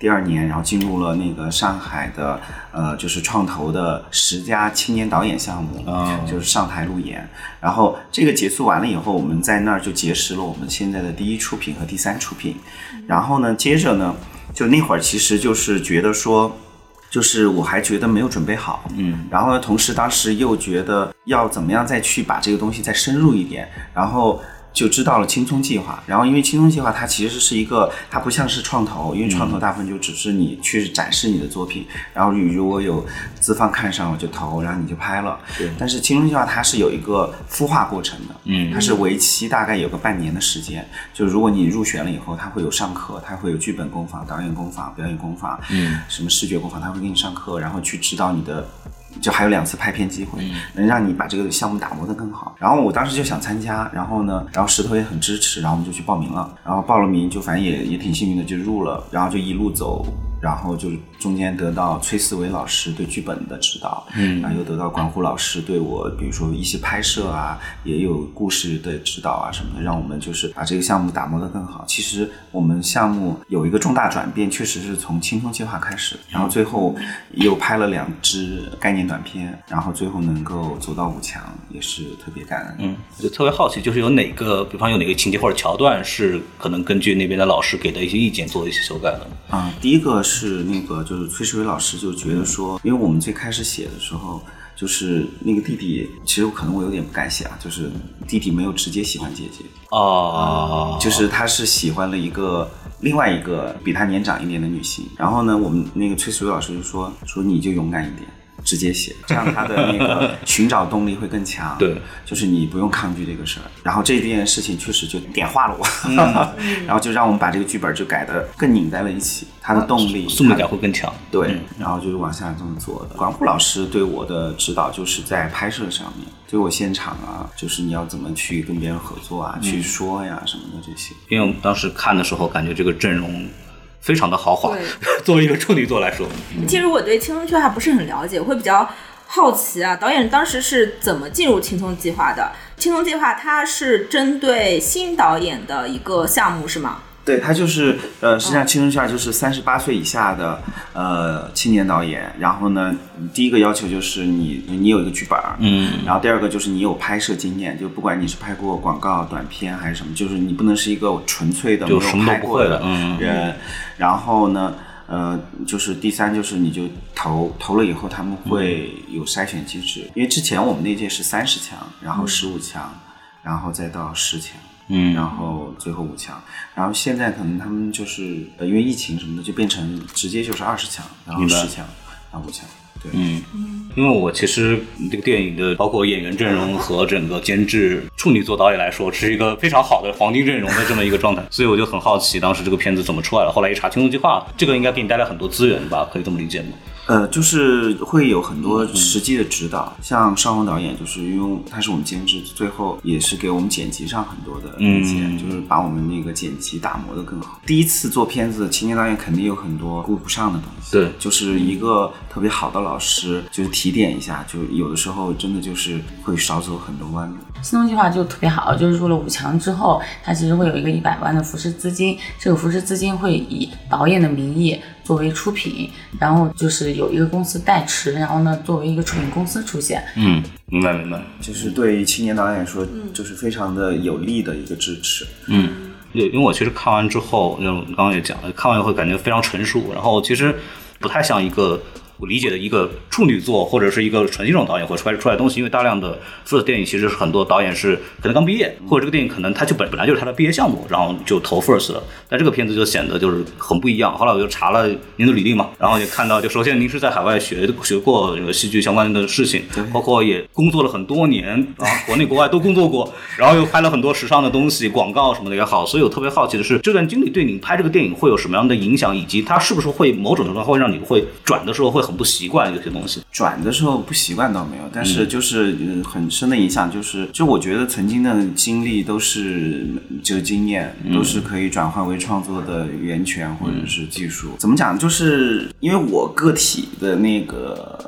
C: 第二年，然后进入了那个上海的呃，就是创投的十佳青年导演项目，哦、就是上台路演。然后这个结束完了以后，我们在那儿就结识了我们现在的第一出品和第三出品。然后呢，接着呢，就那会儿其实就是觉得说。就是我还觉得没有准备好，嗯，然后呢，同时当时又觉得要怎么样再去把这个东西再深入一点，然后就知道了青葱计划。然后因为青葱计划它其实是一个，它不像是创投，因为创投大部分就只是你去展示你的作品，然后你如果有资方看上了就投，然后你就拍了。对。但是青葱计划它是有一个孵化过程的，嗯，它是为期大概有个半年的时间。就如果你入选了以后，它会有上课，它会有剧本工坊、导演工坊、表演工坊，嗯，什么视觉工坊，它会给你上课，然后去指导你的。就还有两次拍片机会，能让你把这个项目打磨得更好。然后我当时就想参加，然后呢，然后石头也很支持，然后我们就去报名了。然后报了名，就反正也也挺幸运的就入了，然后就一路走。然后就中间得到崔思维老师对剧本的指导，嗯，然后又得到管虎老师对我，比如说一些拍摄啊，也有故事的指导啊什么的，让我们就是把这个项目打磨得更好。其实我们项目有一个重大转变，确实是从青葱计划开始，然后最后又拍了两支概念短片，然后最后能够走到五强，也是特别感恩。
A: 嗯，就特别好奇，就是有哪个，比方有哪个情节或者桥段是可能根据那边的老师给的一些意见做一些修改的？
C: 啊、嗯，第一个是。是那个，就是崔世伟老师就觉得说，因为我们最开始写的时候，就是那个弟弟，其实可能我有点不敢写啊，就是弟弟没有直接喜欢姐姐
A: 哦、
C: 嗯，就是他是喜欢了一个另外一个比他年长一点的女性，然后呢，我们那个崔世伟老师就说说你就勇敢一点。直接写，这样他的那个寻找动力会更强。
A: 对，
C: 就是你不用抗拒这个事儿。然后这件事情确实就点化了我，嗯、然后就让我们把这个剧本就改得更拧在了一起，它的动力、
A: 速度感会更强。
C: 对、嗯，然后就是往下这么做的。管虎老师对我的指导就是在拍摄上面，对我现场啊，就是你要怎么去跟别人合作啊，嗯、去说呀什么的这些。
A: 因为我们当时看的时候，感觉这个阵容。非常的豪华，作为一个处女座来说，
B: 其实我对青葱计划不是很了解，我会比较好奇啊，导演当时是怎么进入青葱计划的？青葱计划它是针对新导演的一个项目是吗？
C: 对，他就是呃，实际上青春计划就是三十八岁以下的呃青年导演。然后呢，第一个要求就是你你有一个剧本，嗯，然后第二个就是你有拍摄经验，就不管你是拍过广告、短片还是什么，就是你不能是一个纯粹的没有拍过的人。嗯、然后呢，呃，就是第三就是你就投投了以后，他们会有筛选机制，因为之前我们那届是三十强，然后十五强，然后再到十强。嗯，然后最后五强，然后现在可能他们就是呃，因为疫情什么的，就变成直接就是二十强，然后十强，然后五强。对，
A: 嗯，因为我其实这个电影的包括演员阵容和整个监制处女座导演来说，是一个非常好的黄金阵容的这么一个状态，所以我就很好奇当时这个片子怎么出来了。后来一查青葱计划，这个应该给你带来很多资源吧？可以这么理解吗？
C: 呃，就是会有很多实际的指导，嗯、像邵宏导演，就是因为他是我们监制，最后也是给我们剪辑上很多的意见，嗯、就是把我们那个剪辑打磨得更好。第一次做片子，青年导演肯定有很多顾不上的东西，
A: 对，
C: 就是一个特别好的老师，就是提点一下，就有的时候真的就是会少走很多弯路。
D: 青葱计划就特别好，就是入了五强之后，它其实会有一个一百万的扶持资金，这个扶持资金会以导演的名义作为出品，然后就是有一个公司代持，然后呢作为一个出品公司出现。
A: 嗯，明白明白，
C: 就是对青年导演来说，就是非常的有力的一个支持。
A: 嗯，因为我其实看完之后，就刚刚也讲了，看完会感觉非常成熟，然后其实不太像一个。我理解的一个处女座或者是一个纯新种导演会拍出来的东西，因为大量的 first 电影其实是很多导演是可能刚毕业，或者这个电影可能他就本本来就是他的毕业项目，然后就投 first 了。但这个片子就显得就是很不一样。后来我就查了您的履历嘛，然后也看到，就首先您是在海外学学过这个戏剧相关的事情，包括也工作了很多年啊，国内国外都工作过，然后又拍了很多时尚的东西，广告什么的也好。所以我特别好奇的是，这段经历对你拍这个电影会有什么样的影响，以及它是不是会某种程度上会让你会转的时候会很不习惯有些东西。
C: 转的时候不习惯倒没有，但是就是很深的影响，就是就我觉得曾经的经历都是这个经验，都是可以转换为创作的源泉或者是技术。怎么讲？就是因为我个体的那个。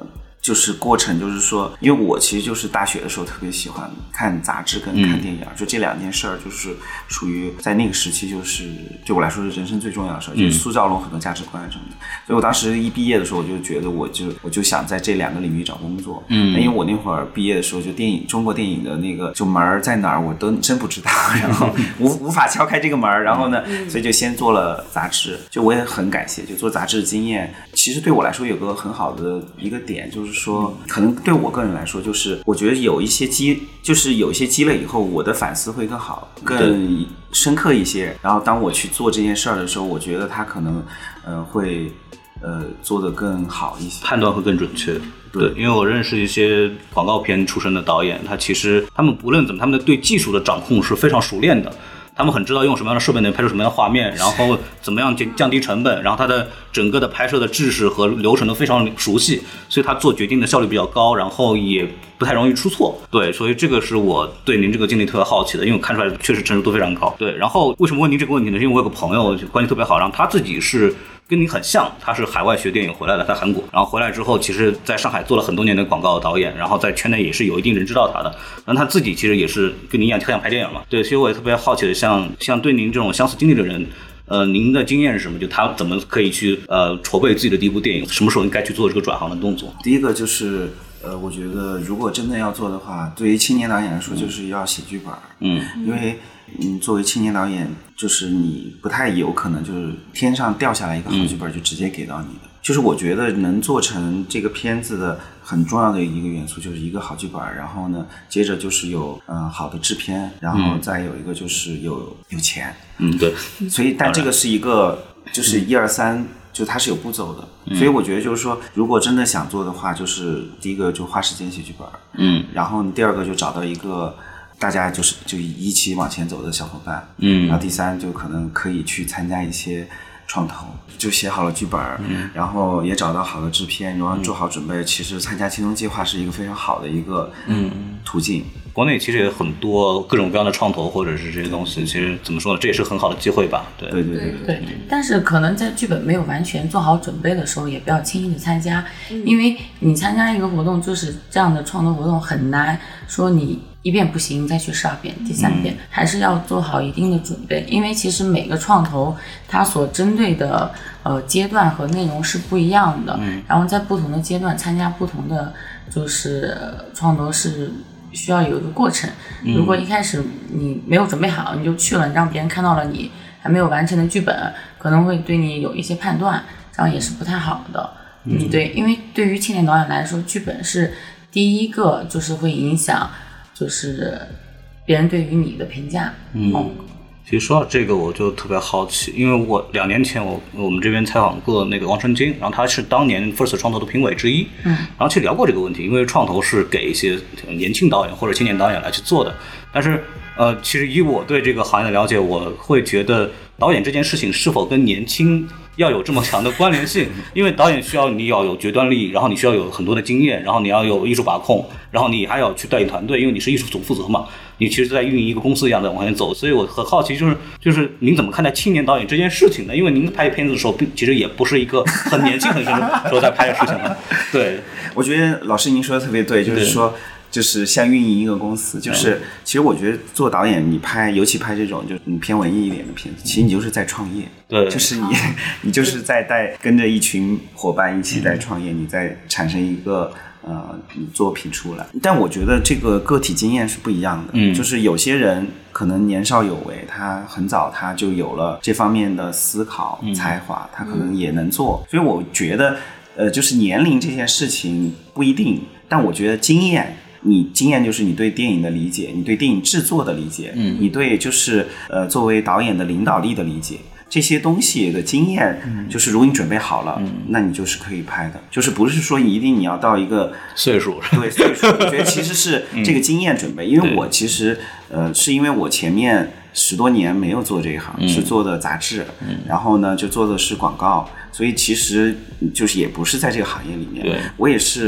C: 就是过程，就是说，因为我其实就是大学的时候特别喜欢看杂志跟看电影，嗯、就这两件事儿，就是属于在那个时期，就是对我来说是人生最重要的事儿，嗯、就是塑造了我很多价值观什么的。所以我当时一毕业的时候，我就觉得我就我就想在这两个领域找工作，嗯，因为我那会儿毕业的时候，就电影中国电影的那个就门儿在哪儿，我都真不知道，然后无无法敲开这个门儿，然后呢，嗯、所以就先做了杂志。就我也很感谢，就做杂志的经验，其实对我来说有个很好的一个点，就是说，可能对我个人来说，就是我觉得有一些积，就是有一些积累以后，我的反思会更好，更深刻一些。然后当我去做这件事儿的时候，我觉得他可能，呃，会呃做得更好一些，
A: 判断会更准确。对，因为我认识一些广告片出身的导演，他其实他们不论怎么，他们的对技术的掌控是非常熟练的。他们很知道用什么样的设备能拍出什么样的画面，然后怎么样降低成本，然后他的整个的拍摄的知识和流程都非常熟悉，所以他做决定的效率比较高，然后也不太容易出错。对，所以这个是我对您这个经历特别好奇的，因为我看出来确实成熟度非常高。对，然后为什么问您这个问题呢？是因为我有个朋友关系特别好，然后他自己是跟你很像，他是海外学电影回来的，在韩国，然后回来之后，其实在上海做了很多年的广告导演，然后在圈内也是有一定人知道他的。然后他自己其实也是跟您一样特想拍电影嘛，对，所以我也特别好奇的，像像对您这种相似经历的人，呃，您的经验是什么？就他怎么可以去呃筹备自己的第一部电影，什么时候应该去做这个转行的动作？
C: 第一个就是呃，我觉得如果真的要做的话，对于青年导演来说，就是要写剧本，嗯，因为。嗯，作为青年导演，就是你不太有可能就是天上掉下来一个好剧本就直接给到你的。嗯、就是我觉得能做成这个片子的很重要的一个元素就是一个好剧本，然后呢，接着就是有呃好的制片，然后再有一个就是有有钱。
A: 嗯，对。
C: 所以，但这个是一个就是一二三。就它是有步骤的，嗯、所以我觉得就是说，如果真的想做的话，就是第一个就花时间写剧本，嗯，然后第二个就找到一个大家就是就一起往前走的小伙伴，嗯，然后第三就可能可以去参加一些创投，就写好了剧本，嗯，然后也找到好的制片，然后做好准备，嗯、其实参加青铜计划是一个非常好的一个嗯途径。
A: 国内其实也很多各种各样的创投或者是这些东西，其实怎么说呢，这也是很好的机会吧。对
C: 对对对
D: 对, 对。但是可能在剧本没有完全做好准备的时候，也不要轻易的参加，嗯、因为你参加一个活动，就是这样的创投活动很难说你一遍不行再去十二遍、第三遍，嗯、还是要做好一定的准备，因为其实每个创投它所针对的呃阶段和内容是不一样的，嗯、然后在不同的阶段参加不同的就是创投是。需要有一个过程，如果一开始你没有准备好，你就去了，让别人看到了你还没有完成的剧本，可能会对你有一些判断，这样也是不太好的。嗯，对，因为对于青年导演来说，剧本是第一个，就是会影响，就是别人对于你的评价。嗯。嗯
A: 其实说到这个，我就特别好奇，因为我两年前我我们这边采访过那个王成金，然后他是当年 First 创投的评委之一，嗯，然后去聊过这个问题，因为创投是给一些年轻导演或者青年导演来去做的，但是呃，其实以我对这个行业的了解，我会觉得导演这件事情是否跟年轻要有这么强的关联性，因为导演需要你要有决断力，然后你需要有很多的经验，然后你要有艺术把控，然后你还要去带领团队，因为你是艺术总负责嘛。你其实在运营一个公司一样的往前走，所以我很好奇，就是就是您怎么看待青年导演这件事情呢？因为您拍片子的时候，其实也不是一个很年轻很年轻的时候在拍的事情了。对，
C: 我觉得老师您说的特别对，就是说，就是像运营一个公司，就是其实我觉得做导演，你拍，尤其拍这种就是你偏文艺一点的片子，其实你就是在创业，
A: 对，
C: 就是你你就是在带跟着一群伙伴一起在创业，你在产生一个。呃，作品出来，但我觉得这个个体经验是不一样的。嗯，就是有些人可能年少有为，他很早他就有了这方面的思考、嗯、才华，他可能也能做。嗯、所以我觉得，呃，就是年龄这件事情不一定，但我觉得经验，你经验就是你对电影的理解，你对电影制作的理解，嗯，你对就是呃作为导演的领导力的理解。这些东西的经验，就是如果你准备好了，嗯、那你就是可以拍的。就是不是说一定你要到一个
A: 岁数，
C: 对岁数，我觉得其实是这个经验准备。嗯、因为我其实呃，是因为我前面十多年没有做这一行，嗯、是做的杂志，嗯、然后呢就做的是广告，所以其实就是也不是在这个行业里面。我也是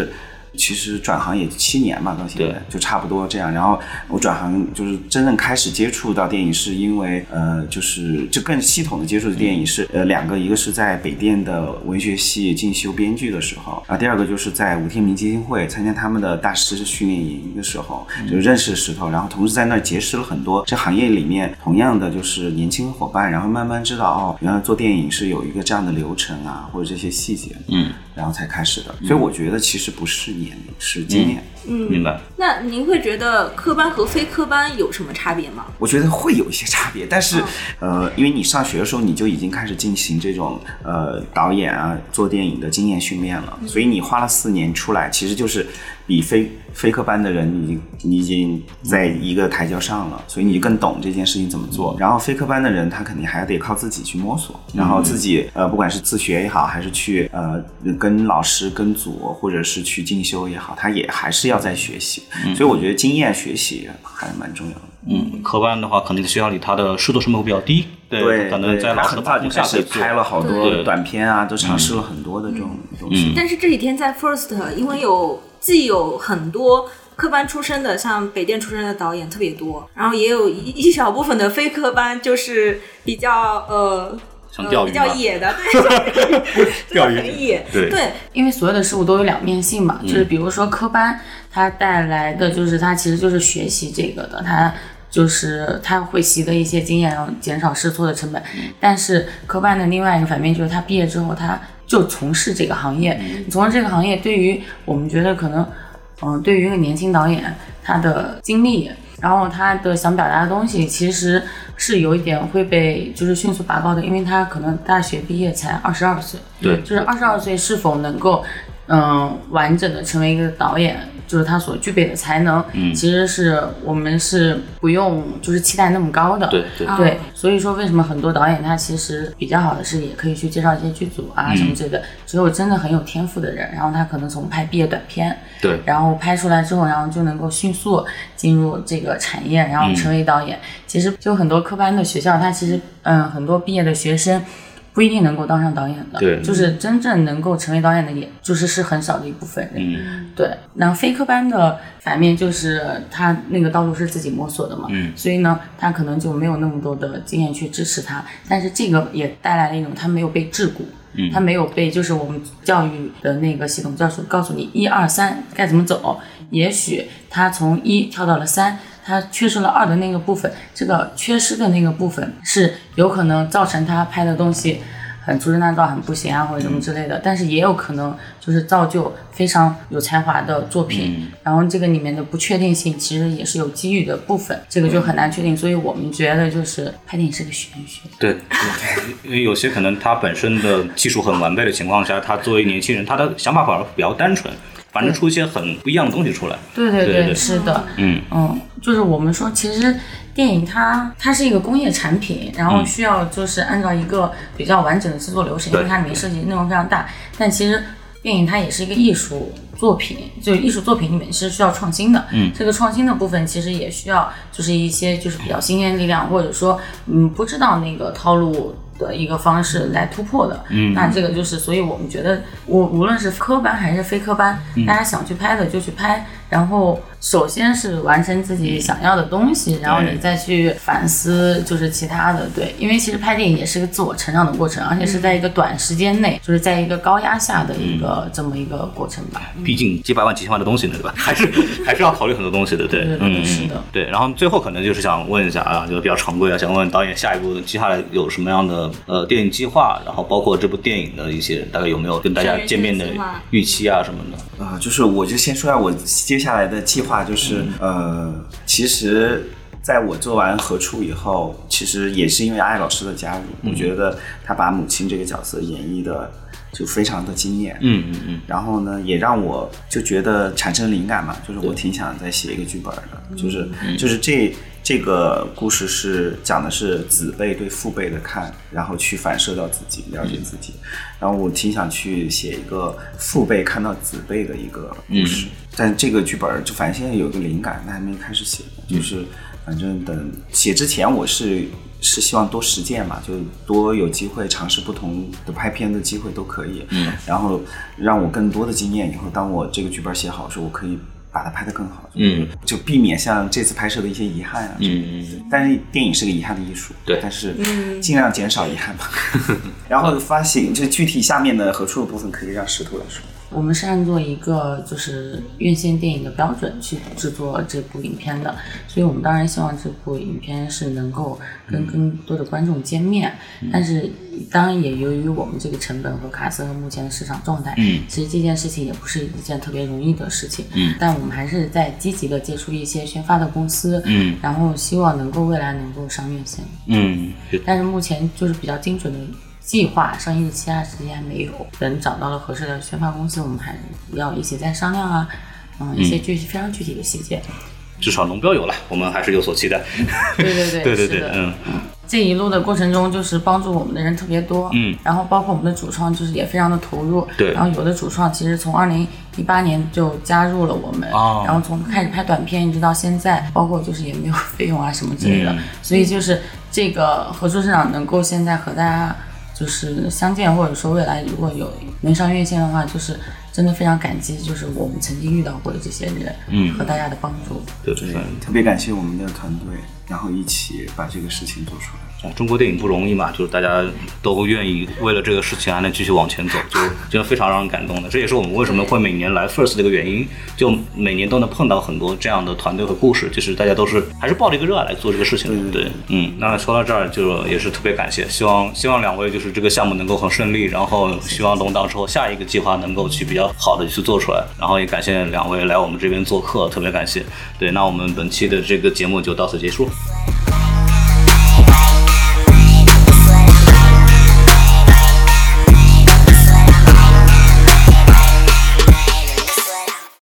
C: 其实转行也七年吧，到现在就差不多这样。然后我转行就是真正开始接触到电影，是因为呃，就是就更系统的接触的电影是呃两个，一个是在北电的文学系进修编剧的时候，啊，第二个就是在吴天明基金会参加他们的大师训练营的时候，就认识石头，然后同时在那儿结识了很多这行业里面同样的就是年轻伙伴，然后慢慢知道哦，原来做电影是有一个这样的流程啊，或者这些细节，嗯，然后才开始的。所以我觉得其实不是年龄，是经验。
A: 嗯，明白。
B: 那您会觉得科班和非科班有什么差别吗？
C: 我觉得会有一些差别，但是、嗯、呃，因为你上学的时候你就已经开始进行这种呃导演啊做电影的经验训练了，所以你花了四年出来，其实就是比非非科班的人已经你已经在一个台阶上了，所以你就更懂这件事情怎么做。然后非科班的人他肯定还得靠自己去摸索，然后自己呃不管是自学也好，还是去呃跟老师跟组，或者是去进修也好，他也还是要在学习。所以我觉得经验学习还蛮重要的。
A: 嗯，科班的话，可能在学校里他的适度成本会比较低，对，
C: 对，
A: 可能在老师的把控下
C: 是拍了好多短片啊，都尝试了很多的这种东西。
B: 嗯、但是这几天在 First， 因为有既有很多科班出身的，像北电出身的导演特别多，然后也有一一小部分的非科班，就是比较呃。
A: 像钓鱼、呃、
B: 比较野的，对，
A: 钓鱼
B: 很野，
A: 对
B: 对，
D: 因为所有的事物都有两面性嘛，嗯、就是比如说科班，它带来的就是它其实就是学习这个的，它就是它会习得一些经验，然后减少试错的成本。嗯、但是科班的另外一个反面就是他毕业之后，他就从事这个行业，嗯、从事这个行业，对于我们觉得可能，嗯、呃，对于一个年轻导演，他的经历。然后他的想表达的东西其实是有一点会被就是迅速拔高的，因为他可能大学毕业才二十二岁，
A: 对，
D: 就是二十二岁是否能够嗯、呃、完整的成为一个导演，就是他所具备的才能，嗯，其实是我们是不用就是期待那么高的，
A: 对对
D: 对，所以说为什么很多导演他其实比较好的是也可以去介绍一些剧组啊、嗯、什么之类的，只有真的很有天赋的人，然后他可能从拍毕业短片，
A: 对，
D: 然后拍出来之后，然后就能够迅速进入这个产业，然后成为导演。嗯、其实就很多科班的学校，他其实嗯很多毕业的学生。不一定能够当上导演的，
A: 对，
D: 就是真正能够成为导演的，也就是是很少的一部分人，
A: 嗯，
D: 对。然后非科班的反面就是他那个道路是自己摸索的嘛，
A: 嗯，
D: 所以呢，他可能就没有那么多的经验去支持他，但是这个也带来了一种他没有被桎梏，嗯，他没有被就是我们教育的那个系统教授告诉你一二三该怎么走，也许他从一跳到了三。他缺失了二的那个部分，这个缺失的那个部分是有可能造成他拍的东西很粗制滥造、很不行啊，或者什么之类的。但是也有可能就是造就非常有才华的作品。嗯、然后这个里面的不确定性其实也是有机遇的部分，这个就很难确定。所以我们觉得就是拍电影是个玄学。
A: 对，因为有些可能他本身的技术很完备的情况下，他作为年轻人，他的想法反而比较单纯。反正出一些很不一样的东西出来。
D: 对对
A: 对,
D: 对,
A: 对
D: 是的，
A: 嗯
D: 嗯，就是我们说，其实电影它它是一个工业产品，然后需要就是按照一个比较完整的制作流程，因为它里面涉及内容非常大。但其实电影它也是一个艺术作品，就艺术作品里面是需要创新的。嗯，这个创新的部分其实也需要就是一些就是比较新鲜力量，或者说嗯不知道那个套路的一个方式来突破的，嗯，那这个就是，所以我们觉得，我无论是科班还是非科班，嗯、大家想去拍的就去拍，然后首先是完成自己想要的东西，嗯、然后你再去反思就是其他的，对，因为其实拍电影也是个自我成长的过程，而且是在一个短时间内，就是在一个高压下的一个、嗯、这么一个过程吧。
A: 毕竟几百万、几千万的东西呢，对吧？还是还是要考虑很多东西的，对，
D: 对对对，是的，
A: 对。然后最后可能就是想问一下啊，就比较常规啊，想问导演下一步接下来有什么样的呃电影计划，然后包括这部电影的一些大概有没有跟大家见面的预期啊什么的
C: 啊、呃？就是我就先说下我接下来的计划，就是、嗯、呃，其实在我做完何处以后，其实也是因为艾老师的加入，嗯、我觉得他把母亲这个角色演绎的就非常的惊艳，
A: 嗯嗯嗯，
C: 然后呢，也让我就觉得产生灵感嘛，就是我挺想再写一个剧本的，嗯、就是就是这。这个故事是讲的是子辈对父辈的看，然后去反射到自己，了解自己。然后我挺想去写一个父辈看到子辈的一个故事，嗯、但这个剧本就反正现在有个灵感，但还没开始写，就是反正等写之前我是是希望多实践嘛，就多有机会尝试不同的拍片的机会都可以，嗯，然后让我更多的经验，以后当我这个剧本写好的时候，我可以把它拍得更好，嗯，就避免像这次拍摄的一些遗憾啊，嗯，但是电影是个遗憾的艺术，
A: 对，
C: 但是尽量减少遗憾吧。然后发行就具体下面的合出的部分可以让石头来说。
D: 我们是按照一个就是院线电影的标准去制作这部影片的，所以我们当然希望这部影片是能够跟更多的观众见面，嗯、但是当然也由于我们这个成本和卡斯和目前的市场状态，嗯，其实这件事情也不是一件特别容易的事情，嗯，但我们还是在积极的接触一些宣发的公司，嗯，然后希望能够未来能够上院线，嗯，但是目前就是比较精准的计划上映日期啊，时间还没有。等找到了合适的宣发公司，我们还要一起再商量啊，嗯，一些具体、嗯、非常具体的细节。
A: 至少龙标有了，我们还是有所期待。
D: 对对对，
A: 对对对，嗯。
D: 这一路的过程中，就是帮助我们的人特别多，嗯，然后包括我们的主创，就是也非常的投入，
A: 对。
D: 然后有的主创其实从二零一八年就加入了我们，哦，然后从开始拍短片一直到现在，包括就是也没有费用啊什么之类的，嗯、所以就是这个合作社长能够现在和大家就是相见，或者说未来如果有能上院线的话，就是真的非常感激，就是我们曾经遇到过的这些人，嗯，和大家的帮助。
C: 对对，特别感谢我们的团队，然后一起把这个事情做出来。
A: 中国电影不容易嘛，就是大家都愿意为了这个事情还能继续往前走，就真的非常让人感动的。这也是我们为什么会每年来 First 这个原因，就每年都能碰到很多这样的团队和故事，就是大家都是还是抱着一个热爱来做这个事情的。对，对，嗯，那说到这儿就也是特别感谢，希望希望两位就是这个项目能够很顺利，然后希望龙档之后下一个计划能够去比较好的去做出来，然后也感谢两位来我们这边做客，特别感谢。对，那我们本期的这个节目就到此结束。